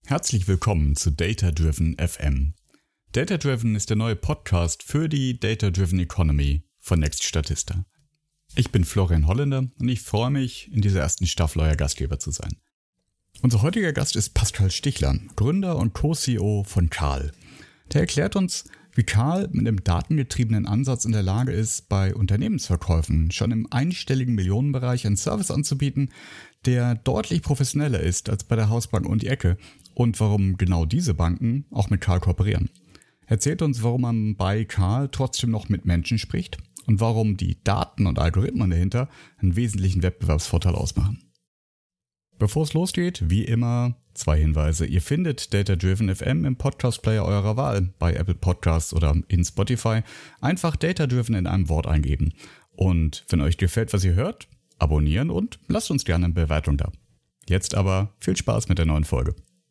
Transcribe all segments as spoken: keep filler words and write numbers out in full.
Herzlich willkommen zu Data Driven F M. Data Driven ist der neue Podcast für die Data Driven Economy von Next Statista. Ich bin Florian Holländer und ich freue mich, in dieser ersten Staffel euer Gastgeber zu sein. Unser heutiger Gast ist Pascal Stichler, Gründer und Co-C E O von Carl. Der erklärt uns, wie Carl mit einem datengetriebenen Ansatz in der Lage ist, bei Unternehmensverkäufen schon im einstelligen Millionenbereich einen Service anzubieten, der deutlich professioneller ist als bei der Hausbank um die Ecke und warum genau diese Banken auch mit Carl kooperieren. Er erzählt uns, warum man bei Carl trotzdem noch mit Menschen spricht und warum die Daten und Algorithmen dahinter einen wesentlichen Wettbewerbsvorteil ausmachen. Bevor es losgeht, wie immer, zwei Hinweise. Ihr findet Data Driven F M im Podcast-Player eurer Wahl, bei Apple Podcasts oder in Spotify. Einfach Data Driven in einem Wort eingeben. Und wenn euch gefällt, was ihr hört, abonnieren und lasst uns gerne eine Bewertung da. Jetzt aber viel Spaß mit der neuen Folge.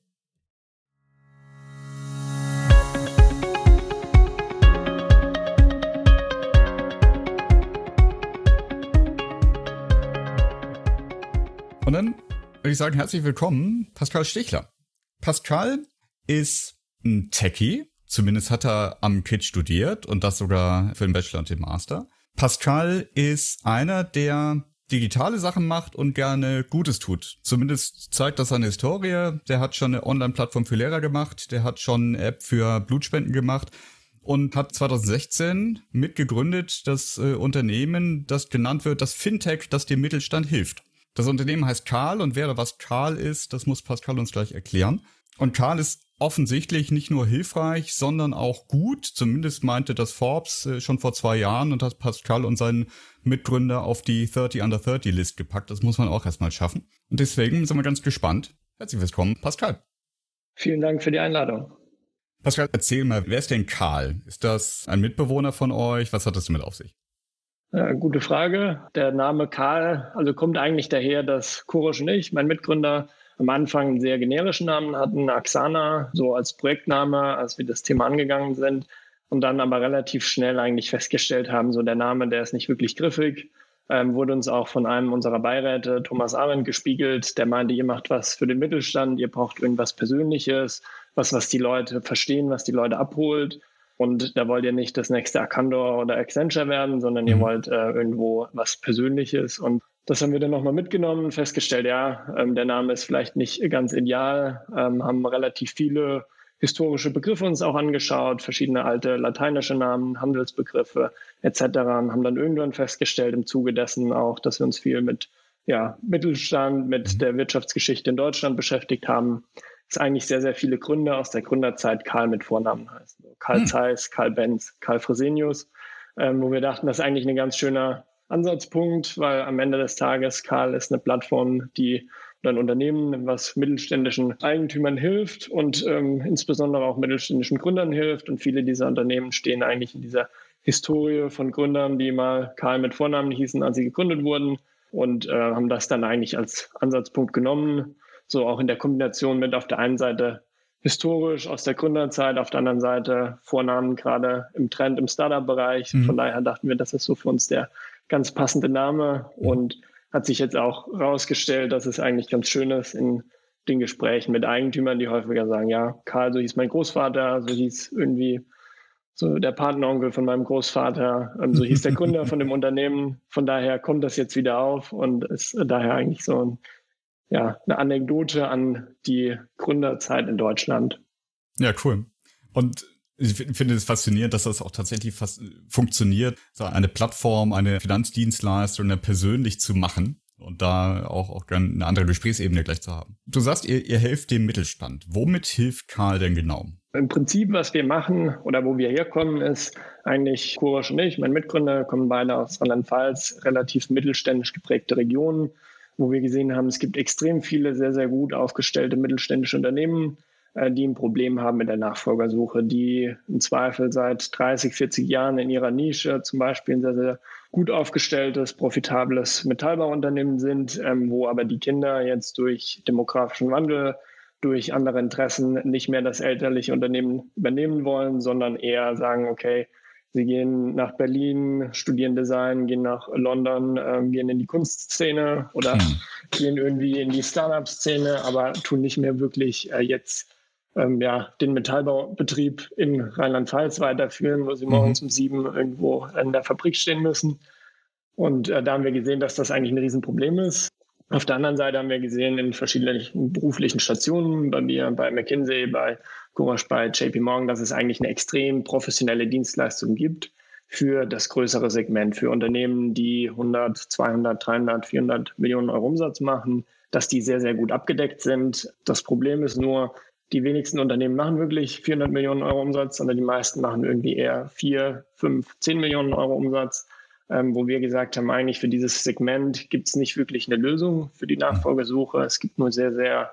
Und dann würde ich sagen, herzlich willkommen, Pascal Stichler. Pascal ist ein Techie, zumindest hat er am K I T studiert und das sogar für den Bachelor und den Master. Pascal ist einer, der digitale Sachen macht und gerne Gutes tut. Zumindest zeigt das seine Historie. Der hat schon eine Online-Plattform für Lehrer gemacht, der hat schon eine App für Blutspenden gemacht und hat zwanzig sechzehn mitgegründet das äh, Unternehmen, das genannt wird, das Fintech, das dem Mittelstand hilft. Das Unternehmen heißt Carl und wer oder was Carl ist, das muss Pascal uns gleich erklären. Und Carl ist offensichtlich nicht nur hilfreich, sondern auch gut. Zumindest meinte das Forbes äh, schon vor zwei Jahren und hat Pascal und seinen Mitgründer auf die dreißig Under dreißig List gepackt. Das muss man auch erstmal schaffen. Und deswegen sind wir ganz gespannt. Herzlich willkommen, Pascal. Vielen Dank für die Einladung. Pascal, erzähl mal, wer ist denn Carl? Ist das ein Mitbewohner von euch? Was hat das damit auf sich? Ja, gute Frage. Der Name Carl, also kommt eigentlich daher, dass Kurosh und ich, mein Mitgründer, am Anfang einen sehr generischen Namen hatten, Axana, so als Projektname, als wir das Thema angegangen sind und dann aber relativ schnell eigentlich festgestellt haben, so der Name, der ist nicht wirklich griffig, ähm, wurde uns auch von einem unserer Beiräte, Thomas Arendt, gespiegelt, der meinte, ihr macht was für den Mittelstand, ihr braucht irgendwas Persönliches, was, was die Leute verstehen, was die Leute abholt. Und da wollt ihr nicht das nächste Arcandor oder Accenture werden, sondern ihr wollt äh, irgendwo was Persönliches. Und das haben wir dann nochmal mitgenommen, festgestellt, ja, ähm, der Name ist vielleicht nicht ganz ideal, ähm, haben relativ viele historische Begriffe uns auch angeschaut, verschiedene alte lateinische Namen, Handelsbegriffe et cetera. Und haben dann irgendwann festgestellt im Zuge dessen auch, dass wir uns viel mit ja, Mittelstand, mit der Wirtschaftsgeschichte in Deutschland beschäftigt haben, es eigentlich sehr, sehr viele Gründer aus der Gründerzeit Karl mit Vornamen heißen. Karl hm. Zeiss, Karl Benz, Karl Fresenius, ähm, wo wir dachten, das ist eigentlich ein ganz schöner Ansatzpunkt, weil am Ende des Tages Karl ist eine Plattform, die oder ein Unternehmen, was mittelständischen Eigentümern hilft und ähm, insbesondere auch mittelständischen Gründern hilft. Und viele dieser Unternehmen stehen eigentlich in dieser Historie von Gründern, die mal Karl mit Vornamen hießen, als sie gegründet wurden und äh, haben das dann eigentlich als Ansatzpunkt genommen. So auch in der Kombination mit auf der einen Seite historisch aus der Gründerzeit, auf der anderen Seite Vornamen gerade im Trend im Startup-Bereich. Mhm. Von daher dachten wir, das ist so für uns der ganz passende Name und hat sich jetzt auch rausgestellt, dass es eigentlich ganz schön ist in den Gesprächen mit Eigentümern, die häufiger sagen, ja, Karl, so hieß mein Großvater, so hieß irgendwie so der Patenonkel von meinem Großvater, so hieß der Gründer von dem Unternehmen. Von daher kommt das jetzt wieder auf und ist daher eigentlich so ein Ja, eine Anekdote an die Gründerzeit in Deutschland. Ja, cool. Und ich finde es faszinierend, dass das auch tatsächlich fast funktioniert, so eine Plattform, eine Finanzdienstleistung persönlich zu machen und da auch, auch eine andere Gesprächsebene gleich zu haben. Du sagst, ihr, ihr helft dem Mittelstand. Womit hilft Carl denn genau? Im Prinzip, was wir machen oder wo wir herkommen, ist eigentlich Kurosh und ich, mein Mitgründer, kommen beide aus Rheinland-Pfalz, relativ mittelständisch geprägte Regionen, wo wir gesehen haben, es gibt extrem viele sehr, sehr gut aufgestellte mittelständische Unternehmen, äh, die ein Problem haben mit der Nachfolgersuche, die im Zweifel seit dreißig, vierzig Jahren in ihrer Nische zum Beispiel ein sehr, sehr gut aufgestelltes, profitables Metallbauunternehmen sind, ähm, wo aber die Kinder jetzt durch demografischen Wandel, durch andere Interessen nicht mehr das elterliche Unternehmen übernehmen wollen, sondern eher sagen, okay, Sie gehen nach Berlin, studieren Design, gehen nach London, ähm, gehen in die Kunstszene oder hm. gehen irgendwie in die Startup-Szene, aber tun nicht mehr wirklich äh, jetzt ähm, ja, den Metallbaubetrieb in Rheinland-Pfalz weiterführen, wo sie mhm. morgens um sieben irgendwo in der Fabrik stehen müssen. Und äh, da haben wir gesehen, dass das eigentlich ein Riesenproblem ist. Auf der anderen Seite haben wir gesehen, in verschiedenen beruflichen Stationen, bei mir, bei McKinsey, bei Courage, bei J P Morgan, dass es eigentlich eine extrem professionelle Dienstleistung gibt für das größere Segment, für Unternehmen, die hundert, zweihundert, dreihundert, vierhundert Millionen Euro Umsatz machen, dass die sehr, sehr gut abgedeckt sind. Das Problem ist nur, die wenigsten Unternehmen machen wirklich vierhundert Millionen Euro Umsatz, sondern die meisten machen irgendwie eher vier, fünf, zehn Millionen Euro Umsatz. Ähm, wo wir gesagt haben, eigentlich für dieses Segment gibt es nicht wirklich eine Lösung für die Nachfolgesuche. Es gibt nur sehr, sehr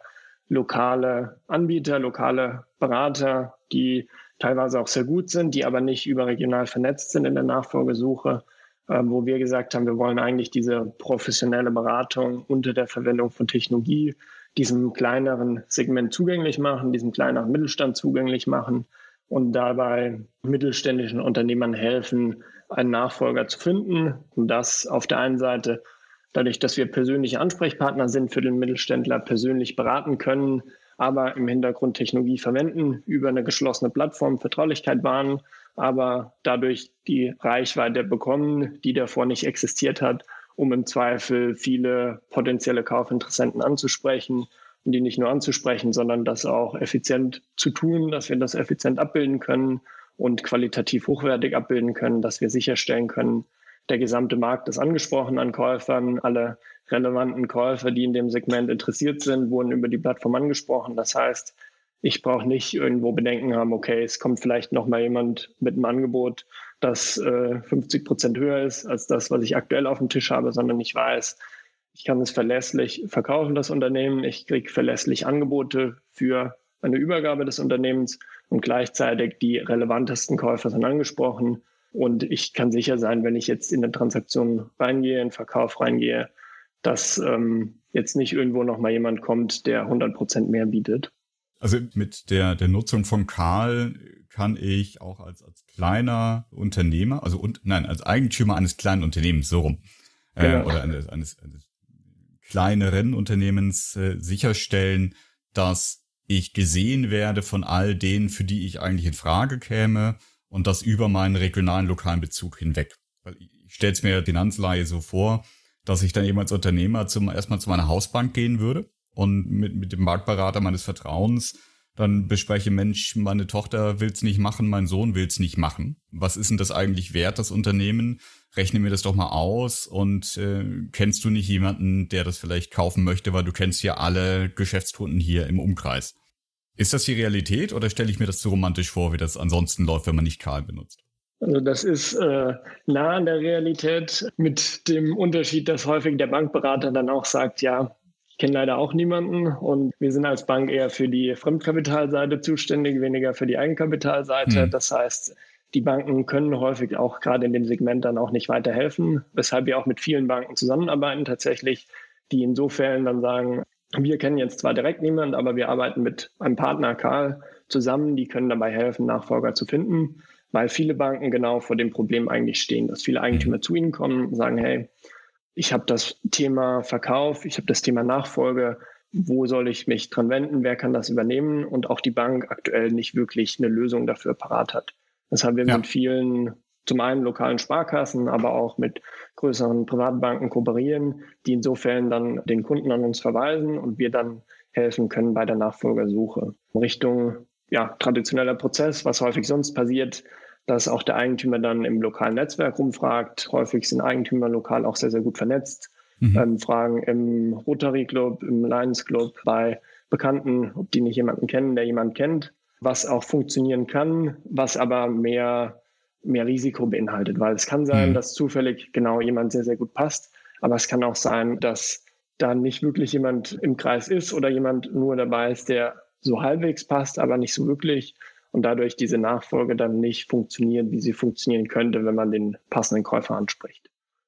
lokale Anbieter, lokale Berater, die teilweise auch sehr gut sind, die aber nicht überregional vernetzt sind in der Nachfolgesuche, äh, wo wir gesagt haben, wir wollen eigentlich diese professionelle Beratung unter der Verwendung von Technologie diesem kleineren Segment zugänglich machen, diesem kleineren Mittelstand zugänglich machen und dabei mittelständischen Unternehmern helfen, einen Nachfolger zu finden. Und das auf der einen Seite dadurch, dass wir persönliche Ansprechpartner sind für den Mittelständler, persönlich beraten können, aber im Hintergrund Technologie verwenden, über eine geschlossene Plattform Vertraulichkeit wahren, aber dadurch die Reichweite bekommen, die davor nicht existiert hat, um im Zweifel viele potenzielle Kaufinteressenten anzusprechen und die nicht nur anzusprechen, sondern das auch effizient zu tun, dass wir das effizient abbilden können und qualitativ hochwertig abbilden können, dass wir sicherstellen können, der gesamte Markt ist angesprochen an Käufern, alle relevanten Käufer, die in dem Segment interessiert sind, wurden über die Plattform angesprochen. Das heißt, ich brauche nicht irgendwo Bedenken haben, okay, es kommt vielleicht noch mal jemand mit einem Angebot, das äh, fünfzig Prozent höher ist als das, was ich aktuell auf dem Tisch habe, sondern ich weiß, ich kann es verlässlich verkaufen, das Unternehmen. Ich kriege verlässlich Angebote für eine Übergabe des Unternehmens und gleichzeitig die relevantesten Käufer sind angesprochen. Und ich kann sicher sein, wenn ich jetzt in eine Transaktion reingehe, in den Verkauf reingehe, dass ähm, jetzt nicht irgendwo noch mal jemand kommt, der hundert Prozent mehr bietet. Also mit der, der Nutzung von Karl kann ich auch als, als kleiner Unternehmer, also und, nein, als Eigentümer eines kleinen Unternehmens, so rum, genau. äh, oder eines, eines, eines kleineren Unternehmens äh, sicherstellen, dass ich gesehen werde von all denen, für die ich eigentlich in Frage käme und das über meinen regionalen, lokalen Bezug hinweg. Weil ich stelle es mir Finanzleihe so vor, dass ich dann eben als Unternehmer zum erstmal zu meiner Hausbank gehen würde und mit, mit dem Marktberater meines Vertrauens dann bespreche, Mensch, meine Tochter will's nicht machen, mein Sohn will's nicht machen. Was ist denn das eigentlich wert, das Unternehmen? Rechne mir das doch mal aus und äh, kennst du nicht jemanden, der das vielleicht kaufen möchte, weil du kennst ja alle Geschäftskunden hier im Umkreis. Ist das die Realität oder stelle ich mir das zu romantisch vor, wie das ansonsten läuft, wenn man nicht Karl benutzt? Also das ist äh, nah an der Realität mit dem Unterschied, dass häufig der Bankberater dann auch sagt, ja, ich kenne leider auch niemanden und wir sind als Bank eher für die Fremdkapitalseite zuständig, weniger für die Eigenkapitalseite. Hm. Das heißt, die Banken können häufig auch gerade in dem Segment dann auch nicht weiterhelfen, weshalb wir auch mit vielen Banken zusammenarbeiten tatsächlich, die insofern dann sagen, wir kennen jetzt zwar direkt niemanden, aber wir arbeiten mit einem Partner Karl zusammen, die können dabei helfen, Nachfolger zu finden, weil viele Banken genau vor dem Problem eigentlich stehen, dass viele Eigentümer zu ihnen kommen und sagen, hey, ich habe das Thema Verkauf, ich habe das Thema Nachfolge, wo soll ich mich dran wenden, wer kann das übernehmen und auch die Bank aktuell nicht wirklich eine Lösung dafür parat hat. Deshalb wir ja. mit vielen, zum einen lokalen Sparkassen, aber auch mit größeren Privatbanken kooperieren, die insofern dann den Kunden an uns verweisen und wir dann helfen können bei der Nachfolgersuche. In Richtung ja, traditioneller Prozess, was häufig sonst passiert, dass auch der Eigentümer dann im lokalen Netzwerk rumfragt. Häufig sind Eigentümer lokal auch sehr, sehr gut vernetzt. Mhm. Ähm, fragen im Rotary Club, im Lions Club, bei Bekannten, ob die nicht jemanden kennen, der jemanden kennt, was auch funktionieren kann, was aber mehr, mehr Risiko beinhaltet. Weil es kann sein, mhm. dass zufällig genau jemand sehr, sehr gut passt. Aber es kann auch sein, dass da nicht wirklich jemand im Kreis ist oder jemand nur dabei ist, der so halbwegs passt, aber nicht so wirklich. Und dadurch diese Nachfolge dann nicht funktioniert, wie sie funktionieren könnte, wenn man den passenden Käufer anspricht.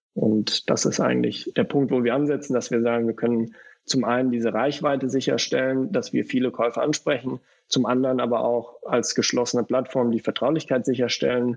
Und das ist eigentlich der Punkt, wo wir ansetzen, dass wir sagen, wir können zum einen diese Reichweite sicherstellen, dass wir viele Käufer ansprechen, zum anderen aber auch als geschlossene Plattform die Vertraulichkeit sicherstellen,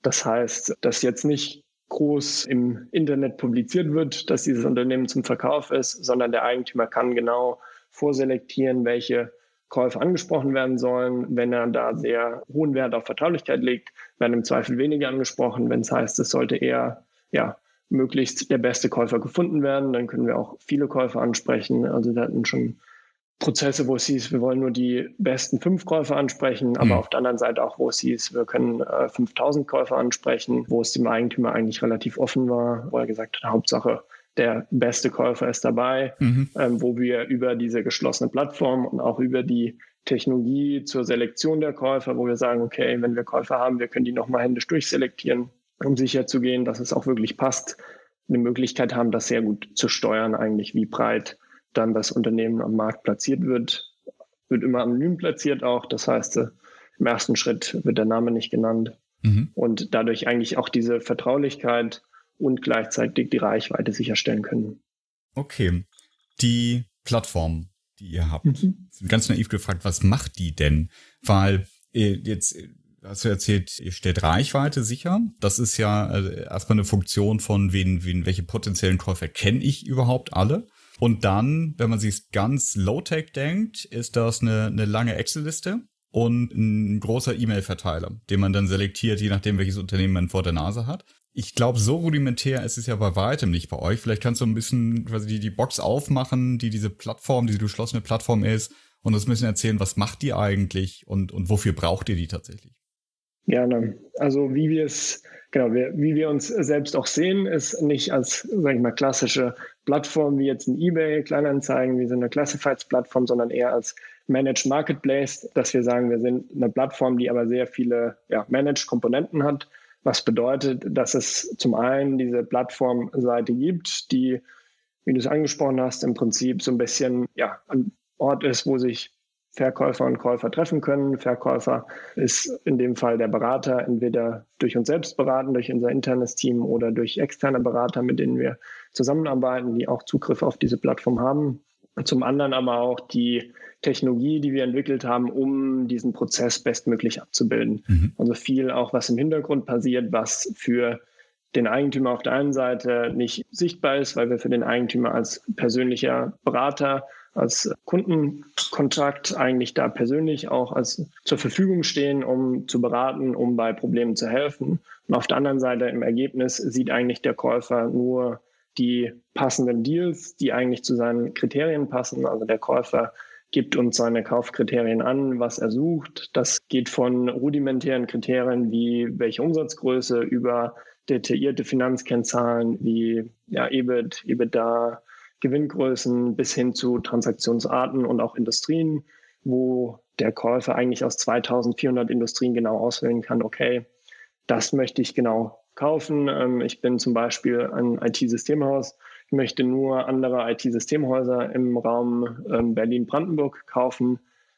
Das heißt, dass jetzt nicht groß im Internet publiziert wird, dass dieses Unternehmen zum Verkauf ist, sondern der Eigentümer kann genau vorselektieren, welche Käufe angesprochen werden sollen. Wenn er da sehr hohen Wert auf Vertraulichkeit legt, werden im Zweifel weniger angesprochen. Wenn es heißt, es sollte eher ja, möglichst der beste Käufer gefunden werden, dann können wir auch viele Käufer ansprechen. Also wir hatten schon Prozesse, wo es hieß, wir wollen nur die besten fünf Käufer ansprechen, aber mhm. auf der anderen Seite auch, wo es hieß, wir können äh, fünftausend Käufer ansprechen, wo es dem Eigentümer eigentlich relativ offen war, wo er gesagt hat, Hauptsache der beste Käufer ist dabei, mhm. ähm, wo wir über diese geschlossene Plattform und auch über die Technologie zur Selektion der Käufer, wo wir sagen, okay, wenn wir Käufer haben, wir können die nochmal händisch durchselektieren, um sicherzugehen, dass es auch wirklich passt, eine Möglichkeit haben, das sehr gut zu steuern eigentlich, wie breit dann das Unternehmen am Markt platziert wird, wird immer anonym platziert auch. Das heißt, im ersten Schritt wird der Name nicht genannt mhm. und dadurch eigentlich auch diese Vertraulichkeit und gleichzeitig die Reichweite sicherstellen können. Okay, die Plattform, die ihr habt, mhm. sind ganz naiv gefragt, was macht die denn? Weil jetzt hast du erzählt, ihr stellt Reichweite sicher. Das ist ja also erstmal eine Funktion von, wen, wen, welche potenziellen Käufer kenne ich überhaupt alle? Und dann, wenn man sich ganz Low-Tech denkt, ist das eine, eine lange Excel-Liste und ein großer E-Mail-Verteiler, den man dann selektiert, je nachdem, welches Unternehmen man vor der Nase hat. Ich glaube, so rudimentär ist es ja bei weitem nicht bei euch. Vielleicht kannst du ein bisschen quasi die, die Box aufmachen, die diese Plattform, diese geschlossene Plattform ist, und uns ein bisschen erzählen, was macht die eigentlich und, und wofür braucht ihr die tatsächlich? Gerne. Also wie wir es, genau, wir, wie wir uns selbst auch sehen, ist nicht als, sag ich mal, klassische Plattform wie jetzt ein eBay, Kleinanzeigen, wie so eine Classifieds-Plattform, sondern eher als Managed Marketplace, dass wir sagen, wir sind eine Plattform, die aber sehr viele ja, Managed-Komponenten hat, was bedeutet, dass es zum einen diese Plattformseite gibt, die, wie du es angesprochen hast, im Prinzip so ein bisschen ja, ein Ort ist, wo sich Verkäufer und Käufer treffen können. Verkäufer ist in dem Fall der Berater, entweder durch uns selbst beraten, durch unser internes Team oder durch externe Berater, mit denen wir zusammenarbeiten, die auch Zugriff auf diese Plattform haben. Zum anderen aber auch die Technologie, die wir entwickelt haben, um diesen Prozess bestmöglich abzubilden. Mhm. Also viel auch, was im Hintergrund passiert, was für den Eigentümer auf der einen Seite nicht sichtbar ist, weil wir für den Eigentümer als persönlicher Berater, als Kundenkontakt eigentlich da persönlich auch als zur Verfügung stehen, um zu beraten, um bei Problemen zu helfen. Und auf der anderen Seite im Ergebnis sieht eigentlich der Käufer nur die passenden Deals, die eigentlich zu seinen Kriterien passen. Also der Käufer gibt uns seine Kaufkriterien an, was er sucht. Das geht von rudimentären Kriterien wie welche Umsatzgröße über detaillierte Finanzkennzahlen wie ja, E B I T, EBITDA, Gewinngrößen bis hin zu Transaktionsarten und auch Industrien, wo der Käufer eigentlich aus zweitausendvierhundert Industrien genau auswählen kann, okay, das möchte ich genau kaufen. Ich bin zum Beispiel ein I T-Systemhaus, ich möchte nur andere I T-Systemhäuser im Raum Berlin-Brandenburg kaufen.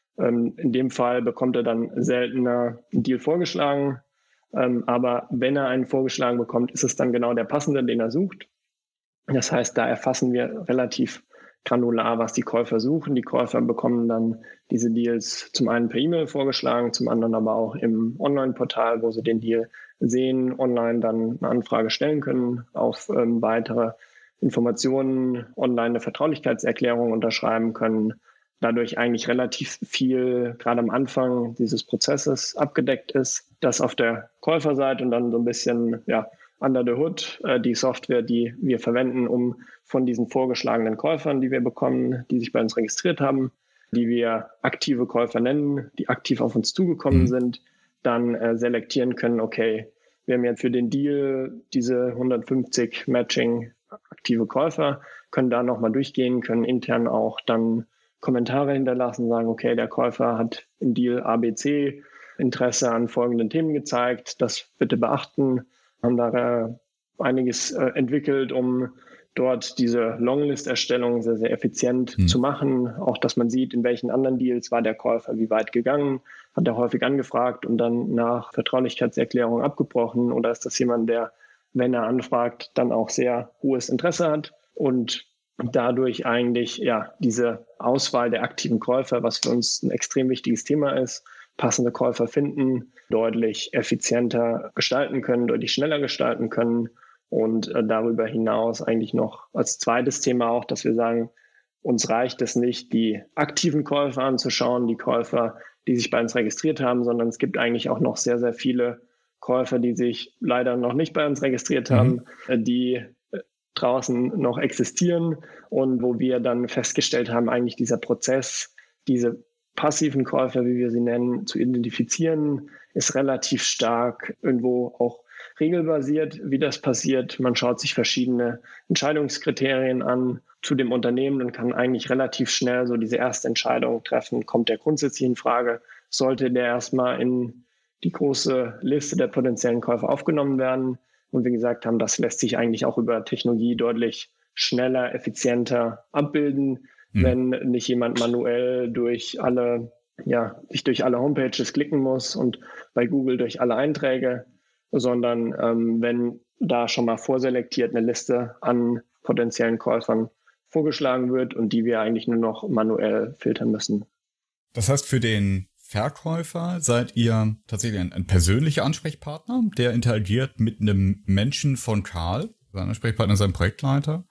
In dem Fall bekommt er dann seltener einen Deal vorgeschlagen, aber wenn er einen vorgeschlagen bekommt, ist es dann genau der passende, den er sucht. Das heißt, da erfassen wir relativ granular, was die Käufer suchen. Die Käufer bekommen dann diese Deals zum einen per E-Mail vorgeschlagen, zum anderen aber auch im Online-Portal, wo sie den Deal sehen, online dann eine Anfrage stellen können, auf ähm, weitere Informationen, online eine Vertraulichkeitserklärung unterschreiben können. Dadurch eigentlich relativ viel, gerade am Anfang dieses Prozesses, abgedeckt ist. Das auf der Käuferseite und dann so ein bisschen, ja, under the hood, äh, die Software, die wir verwenden, um von diesen vorgeschlagenen Käufern, die wir bekommen, die sich bei uns registriert haben, die wir aktive Käufer nennen, die aktiv auf uns zugekommen mhm. sind, dann äh, selektieren können, okay, wir haben jetzt für den Deal diese hundertfünfzig Matching aktive Käufer, können da nochmal durchgehen, können intern auch dann Kommentare hinterlassen, sagen, okay, der Käufer hat im Deal A B C Interesse an folgenden Themen gezeigt, das bitte beachten, haben da äh, einiges äh, entwickelt, um dort diese Longlist-Erstellung sehr, sehr effizient mhm. zu machen. Auch, dass man sieht, in welchen anderen Deals war der Käufer wie weit gegangen, hat er häufig angefragt und dann nach Vertraulichkeitserklärung abgebrochen, oder ist das jemand, der, wenn er anfragt, dann auch sehr hohes Interesse hat und dadurch eigentlich ja diese Auswahl der aktiven Käufer, was für uns ein extrem wichtiges Thema ist, passende Käufer finden, deutlich effizienter gestalten können, deutlich schneller gestalten können. Und äh, darüber hinaus eigentlich noch als zweites Thema auch, dass wir sagen, uns reicht es nicht, die aktiven Käufer anzuschauen, die Käufer, die sich bei uns registriert haben, sondern es gibt eigentlich auch noch sehr, sehr viele Käufer, die sich leider noch nicht bei uns registriert Mhm. haben, äh, die äh, draußen noch existieren und wo wir dann festgestellt haben, eigentlich dieser Prozess, diese passiven Käufer, wie wir sie nennen, zu identifizieren, ist relativ stark irgendwo auch regelbasiert, wie das passiert. Man schaut sich verschiedene Entscheidungskriterien an zu dem Unternehmen und kann eigentlich relativ schnell so diese erste Entscheidung treffen. Kommt der grundsätzlich in Frage? Sollte der erstmal in die große Liste der potenziellen Käufer aufgenommen werden? Und wie gesagt haben, das lässt sich eigentlich auch über Technologie deutlich schneller, effizienter abbilden, mhm. wenn nicht jemand manuell durch alle, ja, sich durch alle Homepages klicken muss und bei Google durch alle Einträge, sondern ähm, wenn da schon mal vorselektiert eine Liste an potenziellen Käufern vorgeschlagen wird und die wir eigentlich nur noch manuell filtern müssen. Das heißt, für den Verkäufer seid ihr tatsächlich ein, ein persönlicher Ansprechpartner, der interagiert mit einem Menschen von Karl, sein Ansprechpartner, sein Projektleiter.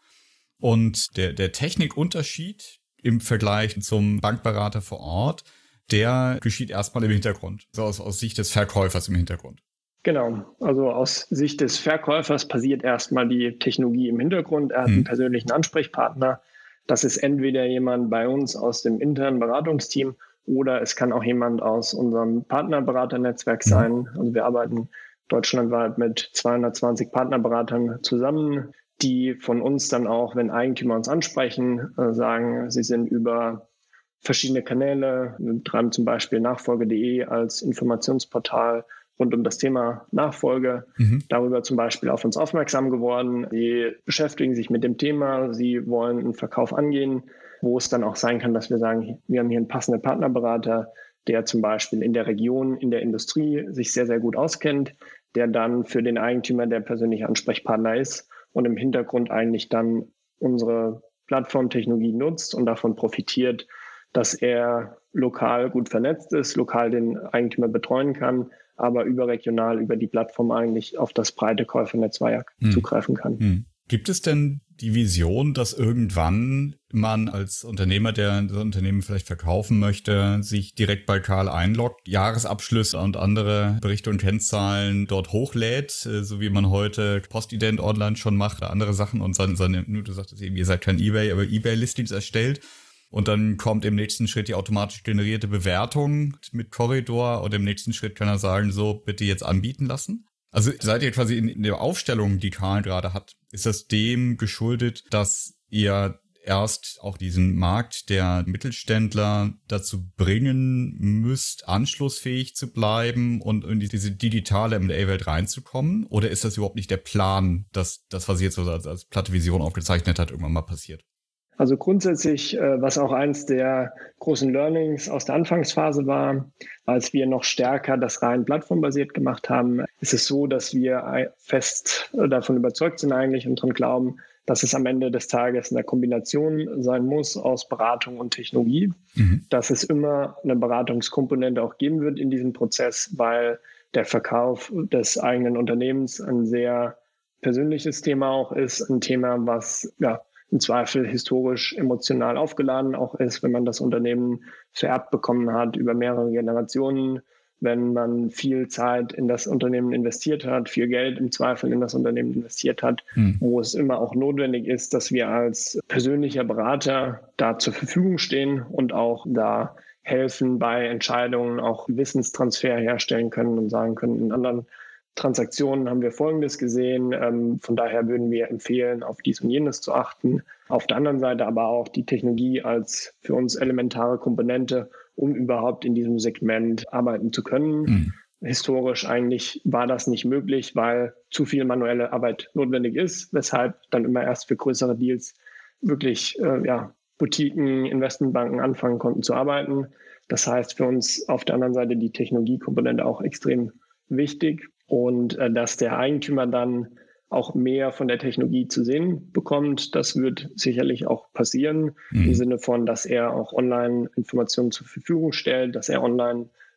Und der, der Technikunterschied im Vergleich zum Bankberater vor Ort, der geschieht erstmal im Hintergrund, also aus, aus Sicht des Verkäufers im Hintergrund. Genau, also aus Sicht des Verkäufers passiert erstmal die Technologie im Hintergrund. Er hat hm. einen persönlichen Ansprechpartner. Das ist entweder jemand bei uns aus dem internen Beratungsteam oder es kann auch jemand aus unserem Partnerberaternetzwerk sein. Also wir arbeiten deutschlandweit mit zweihundertzwanzig Partnerberatern zusammen, die von uns dann auch, wenn Eigentümer uns ansprechen, sagen, sie sind über verschiedene Kanäle, wir betreiben zum Beispiel nachfolge punkt de als Informationsportal rund um das Thema Nachfolge, mhm. darüber zum Beispiel auf uns aufmerksam geworden. Sie beschäftigen sich mit dem Thema, sie wollen einen Verkauf angehen, wo es dann auch sein kann, dass wir sagen, wir haben hier einen passenden Partnerberater, der zum Beispiel in der Region, in der Industrie sich sehr, sehr gut auskennt, der dann für den Eigentümer der persönliche Ansprechpartner ist und im Hintergrund eigentlich dann unsere Plattformtechnologie nutzt und davon profitiert, dass er lokal gut vernetzt ist, lokal den Eigentümer betreuen kann, aber überregional über die Plattform eigentlich auf das breite Käufernetzwerk hm. zugreifen kann. Hm. Gibt es denn die Vision, dass irgendwann man als Unternehmer, der das Unternehmen vielleicht verkaufen möchte, sich direkt bei Karl einloggt, Jahresabschlüsse und andere Berichte und Kennzahlen dort hochlädt, so wie man heute Postident online schon macht oder andere Sachen und seine, seine du sagtest eben, ihr seid kein eBay, aber eBay-Listings erstellt? Und dann kommt im nächsten Schritt die automatisch generierte Bewertung mit Korridor und im nächsten Schritt kann er sagen, so bitte jetzt anbieten lassen. Also seid ihr quasi in, in der Aufstellung, die Karl gerade hat, ist das dem geschuldet, dass ihr erst auch diesen Markt der Mittelständler dazu bringen müsst, anschlussfähig zu bleiben und in diese digitale M und A-Welt reinzukommen? Oder ist das überhaupt nicht der Plan, dass das, was ihr jetzt so als, als platte Vision aufgezeichnet hat, irgendwann mal passiert? Also grundsätzlich, was auch eins der großen Learnings aus der Anfangsphase war, als wir noch stärker das rein plattformbasiert gemacht haben, ist es so, dass wir fest davon überzeugt sind eigentlich und daran glauben, dass es am Ende des Tages eine Kombination sein muss aus Beratung und Technologie, mhm. dass es immer eine Beratungskomponente auch geben wird in diesem Prozess, weil der Verkauf des eigenen Unternehmens ein sehr persönliches Thema auch ist, ein Thema, was ja im Zweifel historisch emotional aufgeladen auch ist, wenn man das Unternehmen vererbt bekommen hat über mehrere Generationen, wenn man viel Zeit in das Unternehmen investiert hat, viel Geld im Zweifel in das Unternehmen investiert hat, hm. wo es immer auch notwendig ist, dass wir als persönlicher Berater da zur Verfügung stehen und auch da helfen bei Entscheidungen, auch Wissenstransfer herstellen können und sagen können, in anderen Transaktionen haben wir Folgendes gesehen. Ähm, von daher würden wir empfehlen, auf dies und jenes zu achten. Auf der anderen Seite aber auch die Technologie als für uns elementare Komponente, um überhaupt in diesem Segment arbeiten zu können. Mhm. Historisch eigentlich war das nicht möglich, weil zu viel manuelle Arbeit notwendig ist, weshalb dann immer erst für größere Deals wirklich äh, ja, Boutiquen, Investmentbanken anfangen konnten zu arbeiten. Das heißt für uns auf der anderen Seite die Technologiekomponente auch extrem wichtig. Und äh, dass der Eigentümer dann auch mehr von der Technologie zu sehen bekommt, das wird sicherlich auch passieren, mhm. im Sinne von, dass er auch online Informationen zur Verfügung stellt, dass er online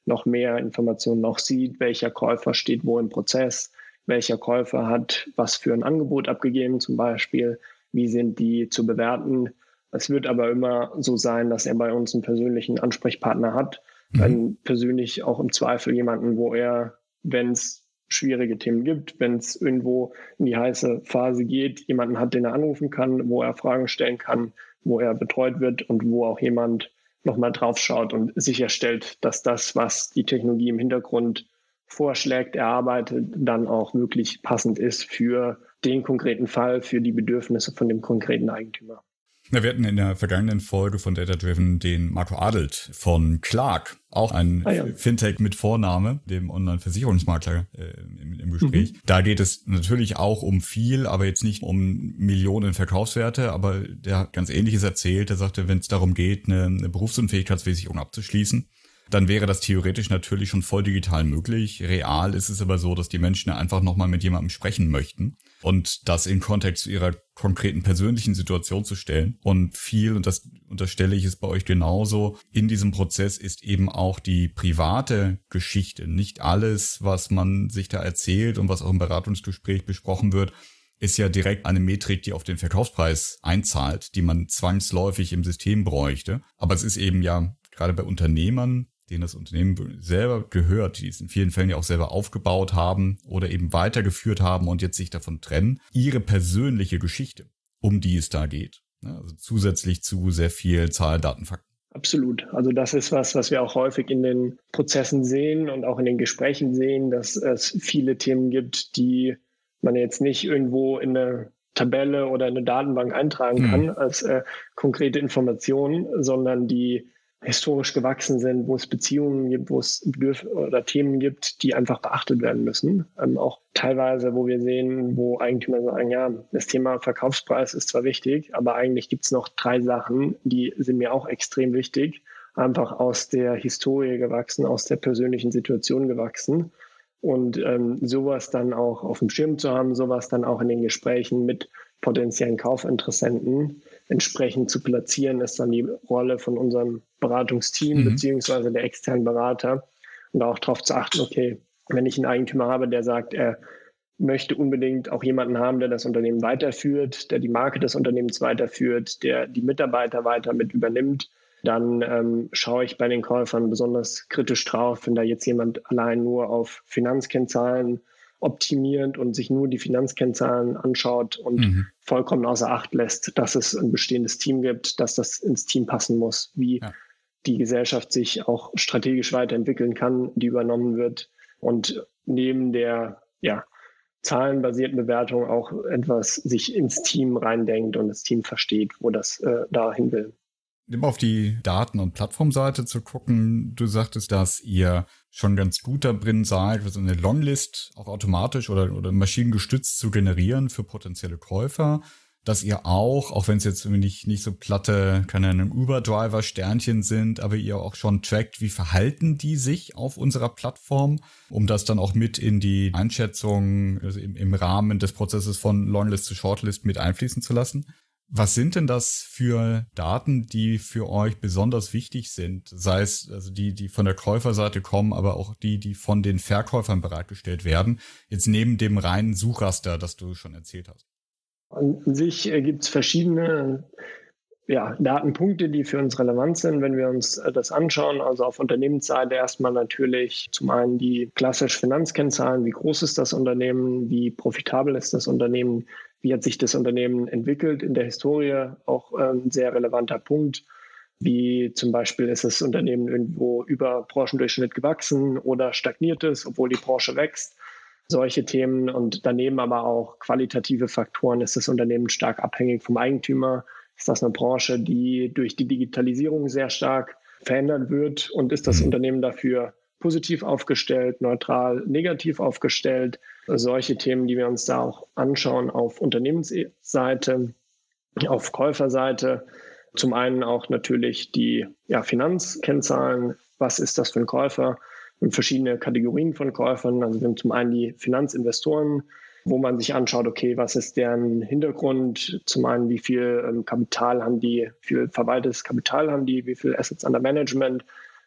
noch mehr Informationen noch sieht, welcher Käufer steht wo im Prozess, welcher Käufer hat was für ein Angebot abgegeben zum Beispiel, wie sind die zu bewerten. Es wird aber immer so sein, dass er bei uns einen persönlichen Ansprechpartner hat, mhm. dann persönlich auch im Zweifel jemanden, wo er, wenn es schwierige Themen gibt, wenn es irgendwo in die heiße Phase geht, jemanden hat, den er anrufen kann, wo er Fragen stellen kann, wo er betreut wird und wo auch jemand nochmal drauf schaut und sicherstellt, dass das, was die Technologie im Hintergrund vorschlägt, erarbeitet, dann auch wirklich passend ist für den konkreten Fall, für die Bedürfnisse von dem konkreten Eigentümer. Ja, wir hatten in der vergangenen Folge von Data Driven den Marco Adelt von Clark, auch ein ah, ja. Fintech mit Vorname, dem Online-Versicherungsmakler äh, im, im Gespräch. Mhm. Da geht es natürlich auch um viel, aber jetzt nicht um Millionen Verkaufswerte, aber der hat ganz Ähnliches erzählt. Er sagte, wenn es darum geht, eine, eine Berufsunfähigkeitsversicherung abzuschließen, dann wäre das theoretisch natürlich schon voll digital möglich. Real ist es aber so, dass die Menschen einfach nochmal mit jemandem sprechen möchten und das in Kontext zu ihrer konkreten persönlichen Situation zu stellen. Und viel, und das unterstelle ich es bei euch genauso, in diesem Prozess ist eben auch die private Geschichte. Nicht alles, was man sich da erzählt und was auch im Beratungsgespräch besprochen wird, ist ja direkt eine Metrik, die auf den Verkaufspreis einzahlt, die man zwangsläufig im System bräuchte. Aber es ist eben ja gerade bei Unternehmern, denen das Unternehmen selber gehört, die es in vielen Fällen ja auch selber aufgebaut haben oder eben weitergeführt haben und jetzt sich davon trennen, ihre persönliche Geschichte, um die es da geht. Also zusätzlich zu sehr viel Zahl, Daten, Fakten. Absolut. Also das ist was, was wir auch häufig in den Prozessen sehen und auch in den Gesprächen sehen, dass es viele Themen gibt, die man jetzt nicht irgendwo in eine Tabelle oder in eine Datenbank eintragen kann mhm. als äh, konkrete Informationen, sondern die historisch gewachsen sind, wo es Beziehungen gibt, wo es Bedürf- oder Themen gibt, die einfach beachtet werden müssen. Ähm, auch teilweise, wo wir sehen, wo Eigentümer sagen, ja, das Thema Verkaufspreis ist zwar wichtig, aber eigentlich gibt es noch drei Sachen, die sind mir auch extrem wichtig, einfach aus der Historie gewachsen, aus der persönlichen Situation gewachsen. Und ähm, sowas dann auch auf dem Schirm zu haben, sowas dann auch in den Gesprächen mit potenziellen Kaufinteressenten entsprechend zu platzieren, ist dann die Rolle von unserem Beratungsteam mhm. beziehungsweise der externen Berater und auch darauf zu achten, okay, wenn ich einen Eigentümer habe, der sagt, er möchte unbedingt auch jemanden haben, der das Unternehmen weiterführt, der die Marke des Unternehmens weiterführt, der die Mitarbeiter weiter mit übernimmt, dann ähm, schaue ich bei den Käufern besonders kritisch drauf, wenn da jetzt jemand allein nur auf Finanzkennzahlen optimierend und sich nur die Finanzkennzahlen anschaut und mhm. vollkommen außer Acht lässt, dass es ein bestehendes Team gibt, dass das ins Team passen muss, wie ja. die Gesellschaft sich auch strategisch weiterentwickeln kann, die übernommen wird und neben der ja, zahlenbasierten Bewertung auch etwas sich ins Team reindenkt und das Team versteht, wo das äh, dahin will. Immer auf die Daten- und Plattformseite zu gucken. Du sagtest, dass ihr schon ganz gut da drin seid, so eine Longlist auch automatisch oder, oder maschinengestützt zu generieren für potenzielle Käufer. Dass ihr auch, auch wenn es jetzt nicht, nicht so platte, keine Ahnung, Uber-Driver-Sternchen sind, aber ihr auch schon trackt, wie verhalten die sich auf unserer Plattform, um das dann auch mit in die Einschätzung, also im, im Rahmen des Prozesses von Longlist zu Shortlist mit einfließen zu lassen. Was sind denn das für Daten, die für euch besonders wichtig sind? Sei es also die, die von der Käuferseite kommen, aber auch die, die von den Verkäufern bereitgestellt werden. Jetzt neben dem reinen Suchraster, das du schon erzählt hast. An sich äh, gibt es verschiedene ja, Datenpunkte, die für uns relevant sind, wenn wir uns äh, das anschauen. Also auf Unternehmensseite erstmal natürlich zum einen die klassischen Finanzkennzahlen. Wie groß ist das Unternehmen? Wie profitabel ist das Unternehmen? Wie hat sich das Unternehmen entwickelt in der Historie? Auch ein ähm, sehr relevanter Punkt. Wie zum Beispiel ist das Unternehmen irgendwo über Branchendurchschnitt gewachsen oder stagniert es, obwohl die Branche wächst. Solche Themen und daneben aber auch qualitative Faktoren. Ist das Unternehmen stark abhängig vom Eigentümer? Ist das eine Branche, die durch die Digitalisierung sehr stark verändert wird? Und ist das Unternehmen dafür positiv aufgestellt, neutral, negativ aufgestellt? Solche Themen, die wir uns da auch anschauen auf Unternehmensseite, auf Käuferseite. Zum einen auch natürlich die ja, Finanzkennzahlen. Was ist das für ein Käufer? Und verschiedene Kategorien von Käufern. Also wir haben zum einen die Finanzinvestoren, wo man sich anschaut, okay, was ist deren Hintergrund? Zum einen, wie viel ähm, Kapital haben die, wie viel verwaltetes Kapital haben die, wie viel Assets under Management?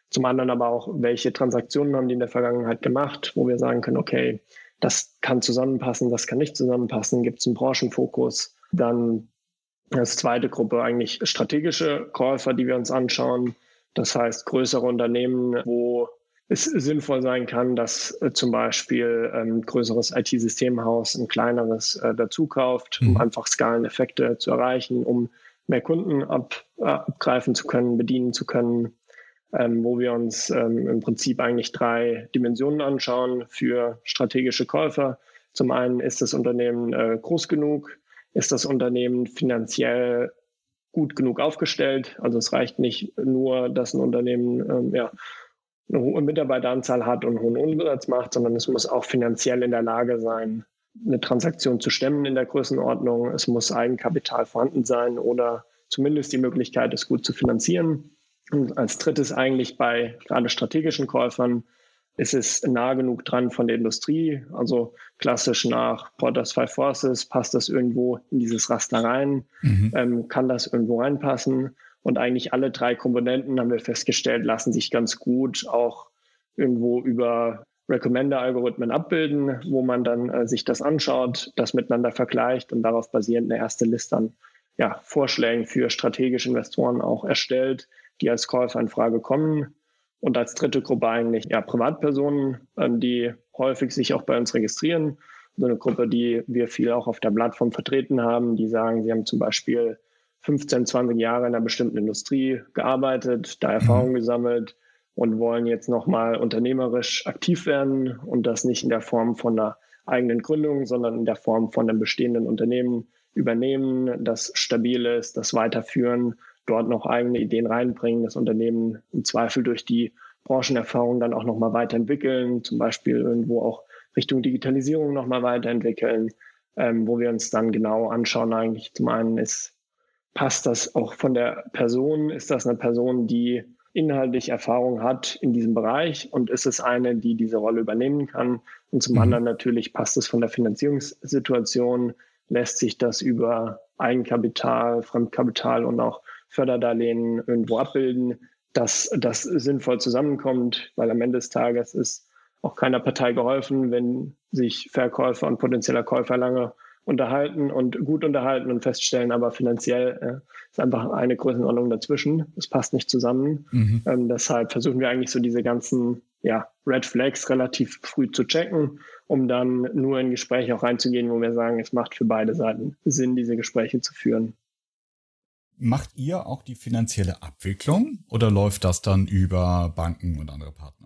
Zum anderen aber auch, welche Transaktionen haben die in der Vergangenheit gemacht, wo wir sagen können, okay, das kann zusammenpassen, das kann nicht zusammenpassen, gibt es einen Branchenfokus. Dann als zweite Gruppe eigentlich strategische Käufer, die wir uns anschauen. Das heißt größere Unternehmen, wo es sinnvoll sein kann, dass äh, zum Beispiel ein ähm, größeres I T-Systemhaus ein kleineres äh, dazu kauft, um mhm. einfach Skaleneffekte zu erreichen, um mehr Kunden ab, äh, abgreifen zu können, bedienen zu können, ähm, wo wir uns ähm, im Prinzip eigentlich drei Dimensionen anschauen für strategische Käufer. Zum einen ist das Unternehmen äh, groß genug, ist das Unternehmen finanziell gut genug aufgestellt. Also es reicht nicht nur, dass ein Unternehmen ähm, ja, eine hohe Mitarbeiteranzahl hat und einen hohen Umsatz macht, sondern es muss auch finanziell in der Lage sein, eine Transaktion zu stemmen in der Größenordnung. Es muss Eigenkapital vorhanden sein oder zumindest die Möglichkeit, es gut zu finanzieren. Und als drittes eigentlich bei gerade strategischen Käufern ist es nah genug dran von der Industrie, also klassisch nach Porter's Five Forces, passt das irgendwo in dieses Raster rein, mhm. ähm, kann das irgendwo reinpassen. Und eigentlich alle drei Komponenten, haben wir festgestellt, lassen sich ganz gut auch irgendwo über Recommender-Algorithmen abbilden, wo man dann äh, sich das anschaut, das miteinander vergleicht und darauf basierend eine erste Liste an ja, Vorschlägen für strategische Investoren auch erstellt, die als Käufer in Frage kommen. Und als dritte Gruppe eigentlich ja, Privatpersonen, äh, die häufig sich auch bei uns registrieren. So eine Gruppe, die wir viel auch auf der Plattform vertreten haben, die sagen, sie haben zum Beispiel fünfzehn, zwanzig Jahre in einer bestimmten Industrie gearbeitet, da Erfahrung gesammelt und wollen jetzt nochmal unternehmerisch aktiv werden und das nicht in der Form von einer eigenen Gründung, sondern in der Form von einem bestehenden Unternehmen übernehmen, das stabil ist, das weiterführen, dort noch eigene Ideen reinbringen, das Unternehmen im Zweifel durch die Branchenerfahrung dann auch nochmal weiterentwickeln, zum Beispiel irgendwo auch Richtung Digitalisierung nochmal weiterentwickeln, ähm, wo wir uns dann genau anschauen, eigentlich zum einen ist, passt das auch von der Person? Ist das eine Person, die inhaltlich Erfahrung hat in diesem Bereich und ist es eine, die diese Rolle übernehmen kann? Und zum mhm. anderen natürlich passt es von der Finanzierungssituation, lässt sich das über Eigenkapital, Fremdkapital und auch Förderdarlehen irgendwo abbilden, dass das sinnvoll zusammenkommt, weil am Ende des Tages ist auch keiner Partei geholfen, wenn sich Verkäufer und potenzieller Käufer lange unterhalten und gut unterhalten und feststellen, aber finanziell äh, ist einfach eine Größenordnung dazwischen. Es passt nicht zusammen. Mhm. Ähm, deshalb versuchen wir eigentlich so diese ganzen ja, Red Flags relativ früh zu checken, um dann nur in Gespräche auch reinzugehen, wo wir sagen, es macht für beide Seiten Sinn, diese Gespräche zu führen. Macht ihr auch die finanzielle Abwicklung oder läuft das dann über Banken und andere Partner?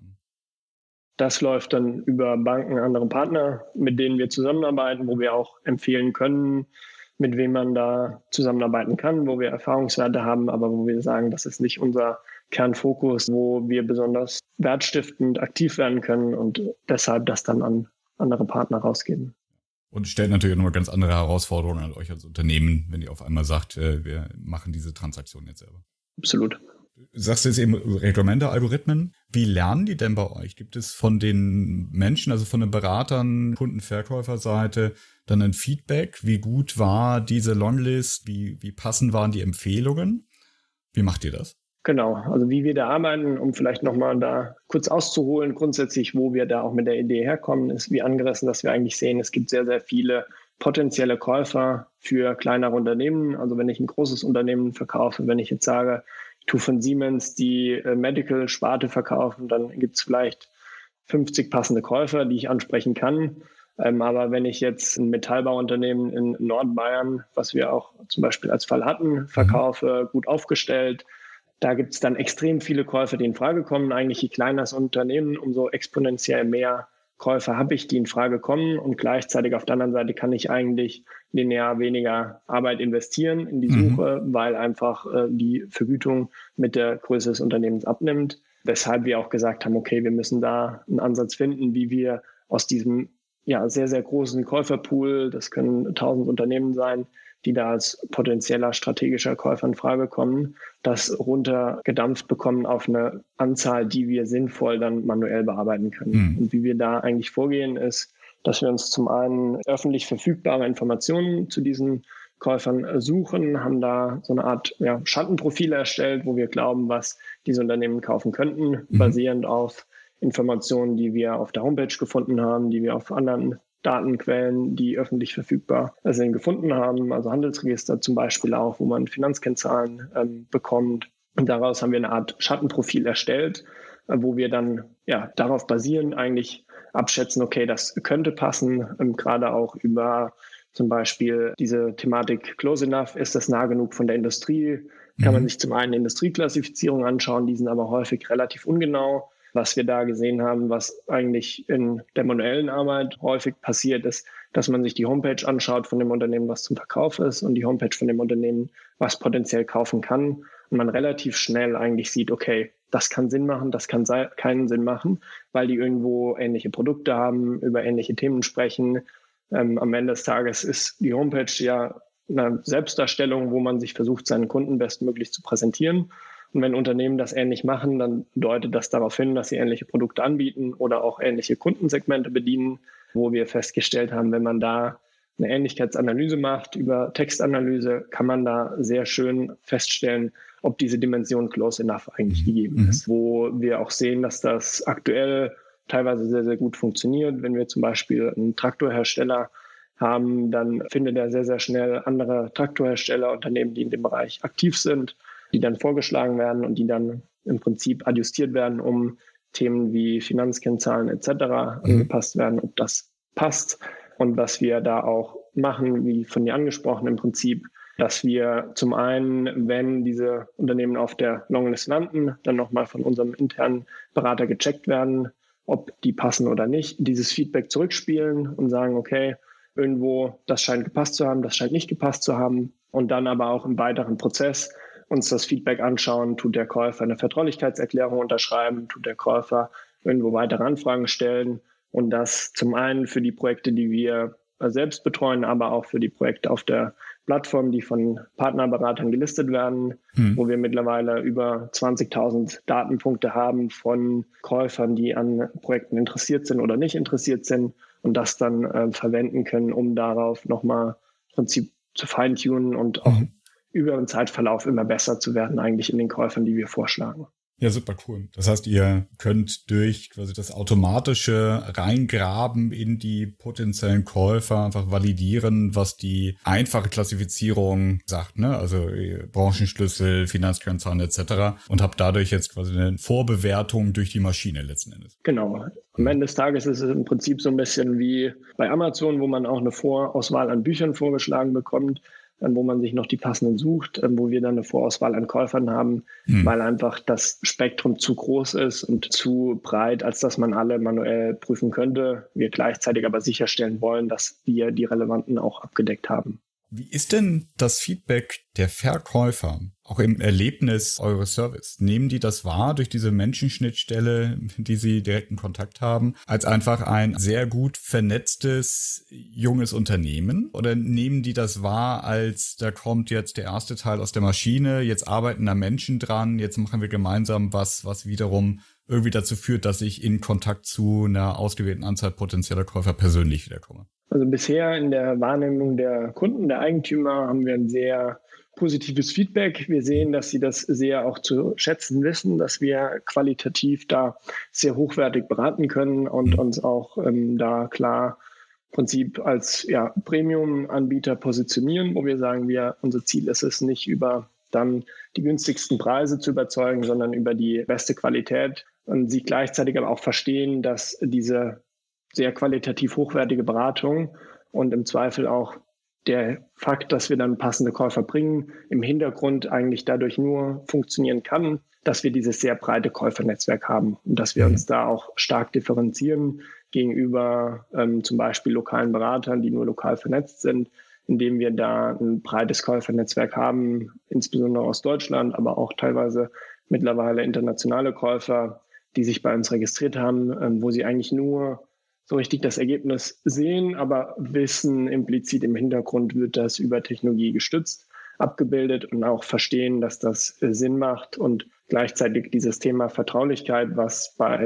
Das läuft dann über Banken, andere Partner, mit denen wir zusammenarbeiten, wo wir auch empfehlen können, mit wem man da zusammenarbeiten kann, wo wir Erfahrungswerte haben, aber wo wir sagen, das ist nicht unser Kernfokus, wo wir besonders wertstiftend aktiv werden können und deshalb das dann an andere Partner rausgeben. Und stellt natürlich nochmal ganz andere Herausforderungen an euch als Unternehmen, wenn ihr auf einmal sagt, wir machen diese Transaktion jetzt selber. Absolut. Du sagst jetzt eben Recommender-Algorithmen. Wie lernen die denn bei euch? Gibt es von den Menschen, also von den Beratern, Kunden-Verkäuferseite, dann ein Feedback? Wie gut war diese Longlist? Wie, wie passend waren die Empfehlungen? Wie macht ihr das? Genau, also wie wir da arbeiten, um vielleicht nochmal da kurz auszuholen, grundsätzlich, wo wir da auch mit der Idee herkommen, ist wie angerissen, dass wir eigentlich sehen, es gibt sehr, sehr viele potenzielle Käufer für kleinere Unternehmen. Also wenn ich ein großes Unternehmen verkaufe, wenn ich jetzt sage, ich tue von Siemens die äh, Medical-Sparte verkaufen, dann gibt es vielleicht fünfzig passende Käufer, die ich ansprechen kann. Ähm, aber wenn ich jetzt ein Metallbauunternehmen in Nordbayern, was wir auch zum Beispiel als Fall hatten, verkaufe, gut aufgestellt, da gibt es dann extrem viele Käufer, die in Frage kommen. Eigentlich je kleiner das Unternehmen, umso exponentiell mehr Käufer habe ich, die in Frage kommen. Und gleichzeitig auf der anderen Seite kann ich eigentlich linear weniger Arbeit investieren in die Suche, mhm. weil einfach äh, die Vergütung mit der Größe des Unternehmens abnimmt. Weshalb wir auch gesagt haben, okay, wir müssen da einen Ansatz finden, wie wir aus diesem ja, sehr, sehr großen Käuferpool, das können tausend Unternehmen sein, die da als potenzieller strategischer Käufer in Frage kommen, das runtergedampft bekommen auf eine Anzahl, die wir sinnvoll dann manuell bearbeiten können. Mhm. Und wie wir da eigentlich vorgehen, ist, dass wir uns zum einen öffentlich verfügbare Informationen zu diesen Käufern suchen, haben da so eine Art ja, Schattenprofile erstellt, wo wir glauben, was diese Unternehmen kaufen könnten, mhm. basierend auf Informationen, die wir auf der Homepage gefunden haben, die wir auf anderen Datenquellen, die öffentlich verfügbar sind, gefunden haben. Also Handelsregister zum Beispiel auch, wo man Finanzkennzahlen ähm, bekommt. Und daraus haben wir eine Art Schattenprofil erstellt, äh, wo wir dann ja darauf basierend eigentlich abschätzen, okay, das könnte passen, ähm, gerade auch über zum Beispiel diese Thematik Close Enough, ist das nah genug von der Industrie? Kann mhm. man sich zum einen Industrieklassifizierung anschauen, die sind aber häufig relativ ungenau. Was wir da gesehen haben, was eigentlich in der manuellen Arbeit häufig passiert ist, dass man sich die Homepage anschaut von dem Unternehmen, was zum Verkauf ist, und die Homepage von dem Unternehmen, was potenziell kaufen kann. Und man relativ schnell eigentlich sieht, okay, das kann Sinn machen, das kann keinen Sinn machen, weil die irgendwo ähnliche Produkte haben, über ähnliche Themen sprechen. Ähm, am Ende des Tages ist die Homepage ja eine Selbstdarstellung, wo man sich versucht, seinen Kunden bestmöglich zu präsentieren. Und wenn Unternehmen das ähnlich machen, dann deutet das darauf hin, dass sie ähnliche Produkte anbieten oder auch ähnliche Kundensegmente bedienen, wo wir festgestellt haben, wenn man da eine Ähnlichkeitsanalyse macht über Textanalyse, kann man da sehr schön feststellen, ob diese Dimension close enough eigentlich gegeben ist. Mhm. Wo wir auch sehen, dass das aktuell teilweise sehr, sehr gut funktioniert. Wenn wir zum Beispiel einen Traktorhersteller haben, dann findet er sehr, sehr schnell andere Traktorhersteller, Unternehmen, die in dem Bereich aktiv sind, die dann vorgeschlagen werden und die dann im Prinzip adjustiert werden, um Themen wie Finanzkennzahlen et cetera mhm. angepasst werden, ob das passt. Und was wir da auch machen, wie von dir angesprochen, im Prinzip, dass wir zum einen, wenn diese Unternehmen auf der Longlist landen, dann nochmal von unserem internen Berater gecheckt werden, ob die passen oder nicht, dieses Feedback zurückspielen und sagen, okay, irgendwo, das scheint gepasst zu haben, das scheint nicht gepasst zu haben. Und dann aber auch im weiteren Prozess uns das Feedback anschauen, tut der Käufer eine Vertraulichkeitserklärung unterschreiben, tut der Käufer irgendwo weitere Anfragen stellen und das zum einen für die Projekte, die wir selbst betreuen, aber auch für die Projekte auf der Plattform, die von Partnerberatern gelistet werden, hm. wo wir mittlerweile über zwanzigtausend Datenpunkte haben von Käufern, die an Projekten interessiert sind oder nicht interessiert sind und das dann äh, verwenden können, um darauf nochmal im Prinzip zu feintunen und auch hm. über den Zeitverlauf immer besser zu werden, eigentlich in den Käufern, die wir vorschlagen. Ja, super cool. Das heißt, ihr könnt durch quasi das automatische Reingraben in die potenziellen Käufer einfach validieren, was die einfache Klassifizierung sagt, ne? Also Branchenschlüssel, Finanzkennzahlen et cetera. Und habt dadurch jetzt quasi eine Vorbewertung durch die Maschine letzten Endes. Genau. Am Ende des Tages ist es im Prinzip so ein bisschen wie bei Amazon, wo man auch eine Vorauswahl an Büchern vorgeschlagen bekommt, wo man sich noch die passenden sucht, wo wir dann eine Vorauswahl an Käufern haben, hm. weil einfach das Spektrum zu groß ist und zu breit, als dass man alle manuell prüfen könnte. Wir gleichzeitig aber sicherstellen wollen, dass wir die relevanten auch abgedeckt haben. Wie ist denn das Feedback der Verkäufer, auch im Erlebnis eures Service? Nehmen die das wahr durch diese Menschenschnittstelle, die sie direkten Kontakt haben, als einfach ein sehr gut vernetztes, junges Unternehmen? Oder nehmen die das wahr als, da kommt jetzt der erste Teil aus der Maschine, jetzt arbeiten da Menschen dran, jetzt machen wir gemeinsam was, was wiederum irgendwie dazu führt, dass ich in Kontakt zu einer ausgewählten Anzahl potenzieller Käufer persönlich wiederkomme? Also bisher in der Wahrnehmung der Kunden, der Eigentümer, haben wir ein sehr positives Feedback. Wir sehen, dass sie das sehr auch zu schätzen wissen, dass wir qualitativ da sehr hochwertig beraten können und uns auch ähm, da klar im Prinzip als ja, Premium-Anbieter positionieren, wo wir sagen, wir, unser Ziel ist es nicht über dann die günstigsten Preise zu überzeugen, sondern über die beste Qualität und sie gleichzeitig aber auch verstehen, dass diese sehr qualitativ hochwertige Beratung und im Zweifel auch der Fakt, dass wir dann passende Käufer bringen, im Hintergrund eigentlich dadurch nur funktionieren kann, dass wir dieses sehr breite Käufernetzwerk haben und dass wir uns da auch stark differenzieren gegenüber ähm, zum Beispiel lokalen Beratern, die nur lokal vernetzt sind, indem wir da ein breites Käufernetzwerk haben, insbesondere aus Deutschland, aber auch teilweise mittlerweile internationale Käufer, die sich bei uns registriert haben, ähm, wo sie eigentlich nur so richtig das Ergebnis sehen, aber wissen, implizit im Hintergrund wird das über Technologie gestützt, abgebildet und auch verstehen, dass das Sinn macht und gleichzeitig dieses Thema Vertraulichkeit, was bei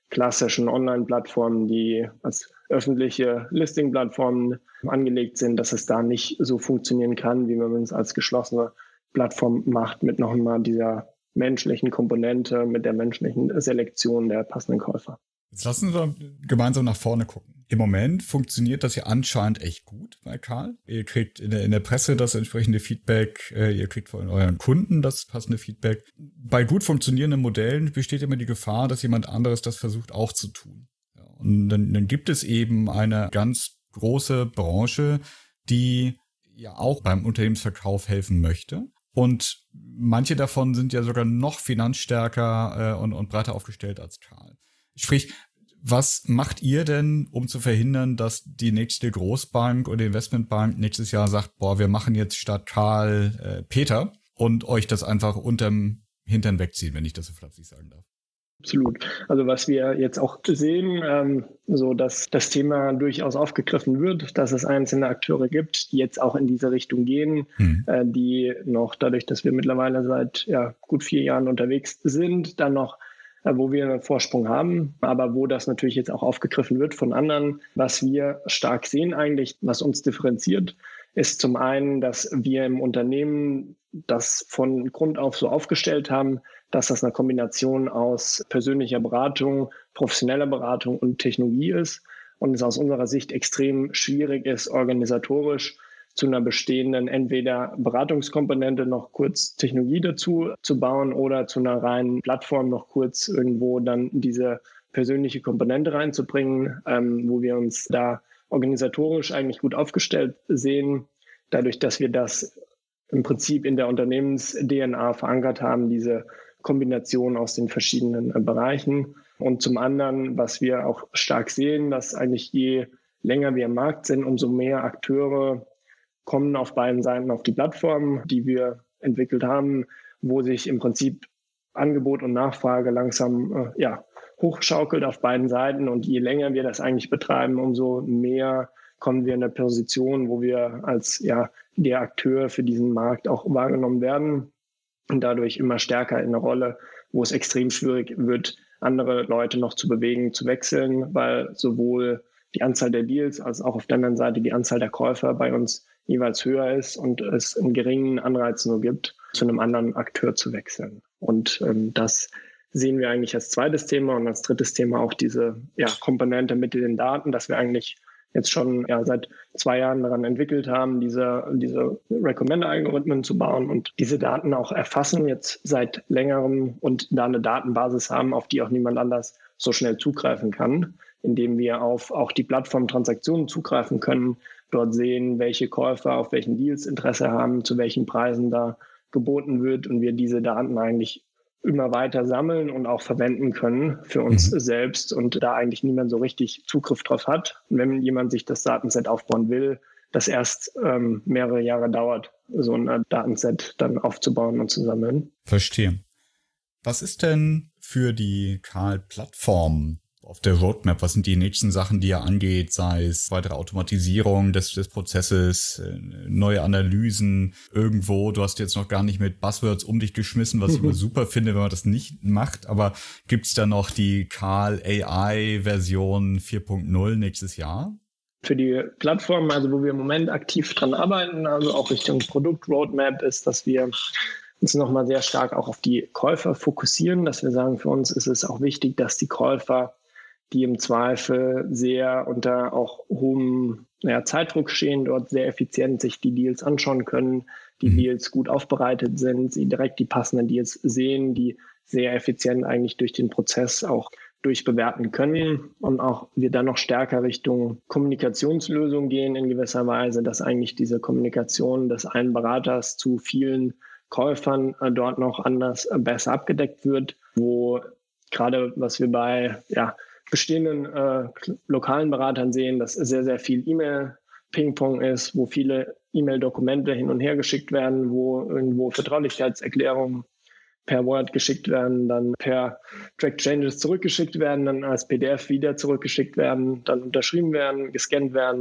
klassischen Online-Plattformen, die als öffentliche Listing-Plattformen angelegt sind, dass es da nicht so funktionieren kann, wie wenn man es als geschlossene Plattform macht, mit noch einmal dieser menschlichen Komponente, mit der menschlichen Selektion der passenden Käufer. Jetzt lassen wir gemeinsam nach vorne gucken. Im Moment funktioniert das ja anscheinend echt gut bei Karl. Ihr kriegt in der, in der Presse das entsprechende Feedback, äh, ihr kriegt von euren Kunden das passende Feedback. Bei gut funktionierenden Modellen besteht immer die Gefahr, dass jemand anderes das versucht auch zu tun. Ja, und dann, dann gibt es eben eine ganz große Branche, die ja auch beim Unternehmensverkauf helfen möchte. Und manche davon sind ja sogar noch finanzstärker äh, und, und breiter aufgestellt als Karl. Sprich, was macht ihr denn, um zu verhindern, dass die nächste Großbank oder Investmentbank nächstes Jahr sagt, boah, wir machen jetzt statt Karl äh, Peter und euch das einfach unterm Hintern wegziehen, wenn ich das so flapsig sagen darf? Absolut. Also was wir jetzt auch sehen, ähm, so dass das Thema durchaus aufgegriffen wird, dass es einzelne Akteure gibt, die jetzt auch in diese Richtung gehen, hm. äh, die noch dadurch, dass wir mittlerweile seit ja, gut vier Jahren unterwegs sind, dann noch wo wir einen Vorsprung haben, aber wo das natürlich jetzt auch aufgegriffen wird von anderen. Was wir stark sehen eigentlich, was uns differenziert, ist zum einen, dass wir im Unternehmen das von Grund auf so aufgestellt haben, dass das eine Kombination aus persönlicher Beratung, professioneller Beratung und Technologie ist und es aus unserer Sicht extrem schwierig ist, organisatorisch zu einer bestehenden entweder Beratungskomponente noch kurz Technologie dazu zu bauen oder zu einer reinen Plattform noch kurz irgendwo dann diese persönliche Komponente reinzubringen, ähm, wo wir uns da organisatorisch eigentlich gut aufgestellt sehen, dadurch, dass wir das im Prinzip in der Unternehmens-D N A verankert haben, diese Kombination aus den verschiedenen äh, Bereichen. Und zum anderen, was wir auch stark sehen, dass eigentlich je länger wir im Markt sind, umso mehr Akteure kommen auf beiden Seiten auf die Plattform, die wir entwickelt haben, wo sich im Prinzip Angebot und Nachfrage langsam äh, ja, hochschaukelt auf beiden Seiten. Und je länger wir das eigentlich betreiben, umso mehr kommen wir in eine Position, wo wir als ja, der Akteur für diesen Markt auch wahrgenommen werden und dadurch immer stärker in eine Rolle, wo es extrem schwierig wird, andere Leute noch zu bewegen, zu wechseln, weil sowohl die Anzahl der Deals als auch auf der anderen Seite die Anzahl der Käufer bei uns jeweils höher ist und es einen geringen Anreiz nur gibt, zu einem anderen Akteur zu wechseln. Und ähm, das sehen wir eigentlich als zweites Thema und als drittes Thema auch diese ja, Komponente mit den Daten, dass wir eigentlich jetzt schon ja, seit zwei Jahren daran entwickelt haben, diese, diese Recommender-Algorithmen zu bauen und diese Daten auch erfassen jetzt seit längerem und da eine Datenbasis haben, auf die auch niemand anders so schnell zugreifen kann, indem wir auf auch die Plattformtransaktionen zugreifen können, dort sehen, welche Käufer auf welchen Deals Interesse haben, zu welchen Preisen da geboten wird und wir diese Daten eigentlich immer weiter sammeln und auch verwenden können für uns mhm. selbst und da eigentlich niemand so richtig Zugriff drauf hat. Und wenn jemand sich das Datenset aufbauen will, das erst ähm, mehrere Jahre dauert, so ein Datenset dann aufzubauen und zu sammeln. Verstehe. Was ist denn für die Karl-Plattform auf der Roadmap? Was sind die nächsten Sachen, die ihr angeht? Sei es weitere Automatisierung des, des Prozesses, neue Analysen irgendwo. Du hast jetzt noch gar nicht mit Buzzwords um dich geschmissen, was ich immer super finde, wenn man das nicht macht. Aber gibt's da noch die Karl A I-Version vier Punkt null nächstes Jahr? Für die Plattform, also wo wir im Moment aktiv dran arbeiten, also auch Richtung Produkt-Roadmap, ist, dass wir uns nochmal sehr stark auch auf die Käufer fokussieren, dass wir sagen, für uns ist es auch wichtig, dass die Käufer, die im Zweifel sehr unter auch hohem ja, Zeitdruck stehen, dort sehr effizient sich die Deals anschauen können, die mhm. Deals gut aufbereitet sind, sie direkt die passenden Deals sehen, die sehr effizient eigentlich durch den Prozess auch durchbewerten können und auch wir dann noch stärker Richtung Kommunikationslösung gehen in gewisser Weise, dass eigentlich diese Kommunikation des einen Beraters zu vielen Käufern äh, dort noch anders äh, besser abgedeckt wird, wo gerade was wir bei ja, bestehenden äh, lokalen Beratern sehen, dass sehr, sehr viel E-Mail-Ping-Pong ist, wo viele E-Mail-Dokumente hin und her geschickt werden, wo irgendwo Vertraulichkeitserklärungen per Word geschickt werden, dann per Track Changes zurückgeschickt werden, dann als P D F wieder zurückgeschickt werden, dann unterschrieben werden, gescannt werden,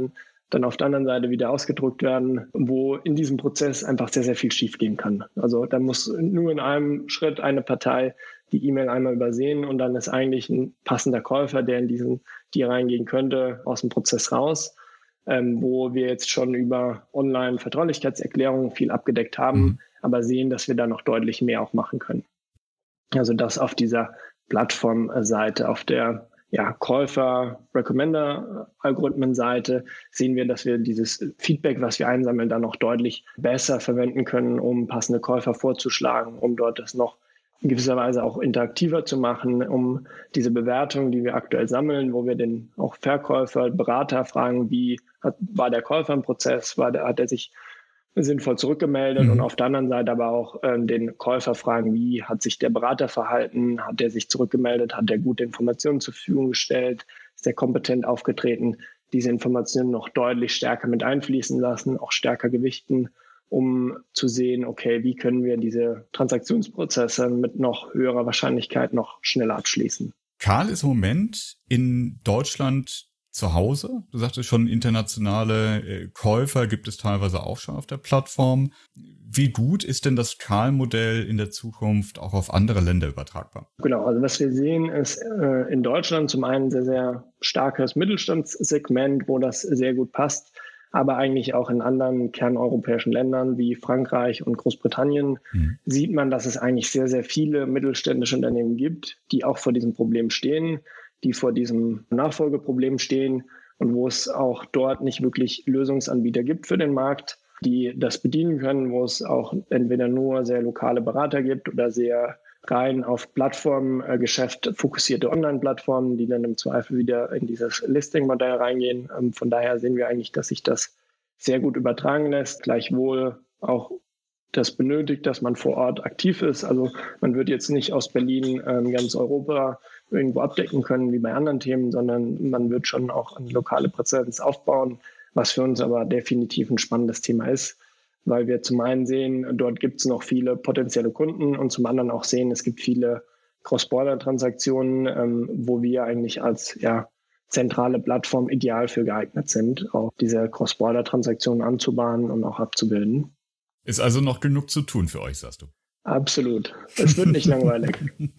dann auf der anderen Seite wieder ausgedruckt werden, wo in diesem Prozess einfach sehr, sehr viel schiefgehen kann. Also da muss nur in einem Schritt eine Partei die E-Mail einmal übersehen und dann ist eigentlich ein passender Käufer, der in diesen Deal reingehen könnte, aus dem Prozess raus, ähm, wo wir jetzt schon über Online-Vertraulichkeitserklärungen viel abgedeckt haben, mhm. aber sehen, dass wir da noch deutlich mehr auch machen können. Also das auf dieser Plattformseite, auf der ja, Käufer-Recommender-Algorithmen-Seite sehen wir, dass wir dieses Feedback, was wir einsammeln, dann noch deutlich besser verwenden können, um passende Käufer vorzuschlagen, um dort das noch in gewisser Weise auch interaktiver zu machen, um diese Bewertungen, die wir aktuell sammeln, wo wir den auch Verkäufer, Berater fragen, wie hat, war der Käufer im Prozess, war der, hat er sich sinnvoll zurückgemeldet mhm. und auf der anderen Seite aber auch äh, den Käufer fragen, wie hat sich der Berater verhalten, hat er sich zurückgemeldet, hat er gute Informationen zur Verfügung gestellt, ist er kompetent aufgetreten, diese Informationen noch deutlich stärker mit einfließen lassen, auch stärker gewichten, um zu sehen, okay, wie können wir diese Transaktionsprozesse mit noch höherer Wahrscheinlichkeit noch schneller abschließen. Karl ist im Moment in Deutschland zu Hause. Du sagtest schon, internationale äh, Käufer gibt es teilweise auch schon auf der Plattform. Wie gut ist denn das Karl-Modell in der Zukunft auch auf andere Länder übertragbar? Genau, also was wir sehen ist äh, in Deutschland zum einen sehr, sehr starkes Mittelstandssegment, wo das sehr gut passt, aber eigentlich auch in anderen kerneuropäischen Ländern wie Frankreich und Großbritannien mhm. sieht man, dass es eigentlich sehr, sehr viele mittelständische Unternehmen gibt, die auch vor diesem Problem stehen, die vor diesem Nachfolgeproblem stehen und wo es auch dort nicht wirklich Lösungsanbieter gibt für den Markt, die das bedienen können, wo es auch entweder nur sehr lokale Berater gibt oder sehr rein auf Plattformgeschäft fokussierte Online-Plattformen, die dann im Zweifel wieder in dieses Listing-Modell reingehen. Von daher sehen wir eigentlich, dass sich das sehr gut übertragen lässt, gleichwohl auch das benötigt, dass man vor Ort aktiv ist. Also man wird jetzt nicht aus Berlin ähm, ganz Europa irgendwo abdecken können wie bei anderen Themen, sondern man wird schon auch eine lokale Präsenz aufbauen, was für uns aber definitiv ein spannendes Thema ist, weil wir zum einen sehen, dort gibt es noch viele potenzielle Kunden und zum anderen auch sehen, es gibt viele Cross-Border-Transaktionen, ähm, wo wir eigentlich als ja, zentrale Plattform ideal für geeignet sind, auch diese Cross-Border-Transaktionen anzubahnen und auch abzubilden. Ist also noch genug zu tun für euch, sagst du? Absolut. Es wird nicht langweilig.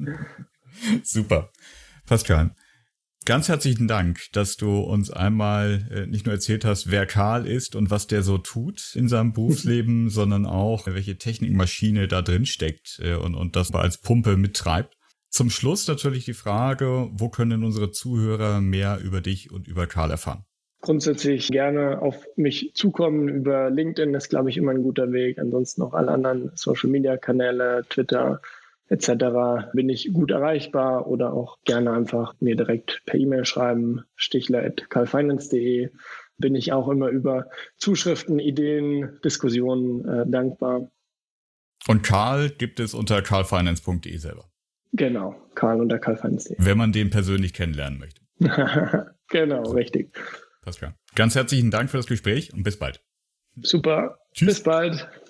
Super. Pascal, ganz herzlichen Dank, dass du uns einmal äh, nicht nur erzählt hast, wer Karl ist und was der so tut in seinem Berufsleben, sondern auch, welche Technikmaschine da drin steckt äh, und, und das als Pumpe mittreibt. Zum Schluss natürlich die Frage, wo können unsere Zuhörer mehr über dich und über Karl erfahren? Grundsätzlich gerne auf mich zukommen. Über LinkedIn ist, glaube ich, immer ein guter Weg. Ansonsten auch alle anderen Social-Media-Kanäle, Twitter et cetera bin ich gut erreichbar oder auch gerne einfach mir direkt per E-Mail schreiben, stichler at karlfinance punkt de. Bin ich auch immer über Zuschriften, Ideen, Diskussionen äh, dankbar. Und Karl gibt es unter karlfinance punkt de selber? Genau, Karl unter karlfinance punkt de. Wenn man den persönlich kennenlernen möchte. Genau, so. Richtig. Pascal. Ganz herzlichen Dank für das Gespräch und bis bald. Super. Tschüss. Bis bald.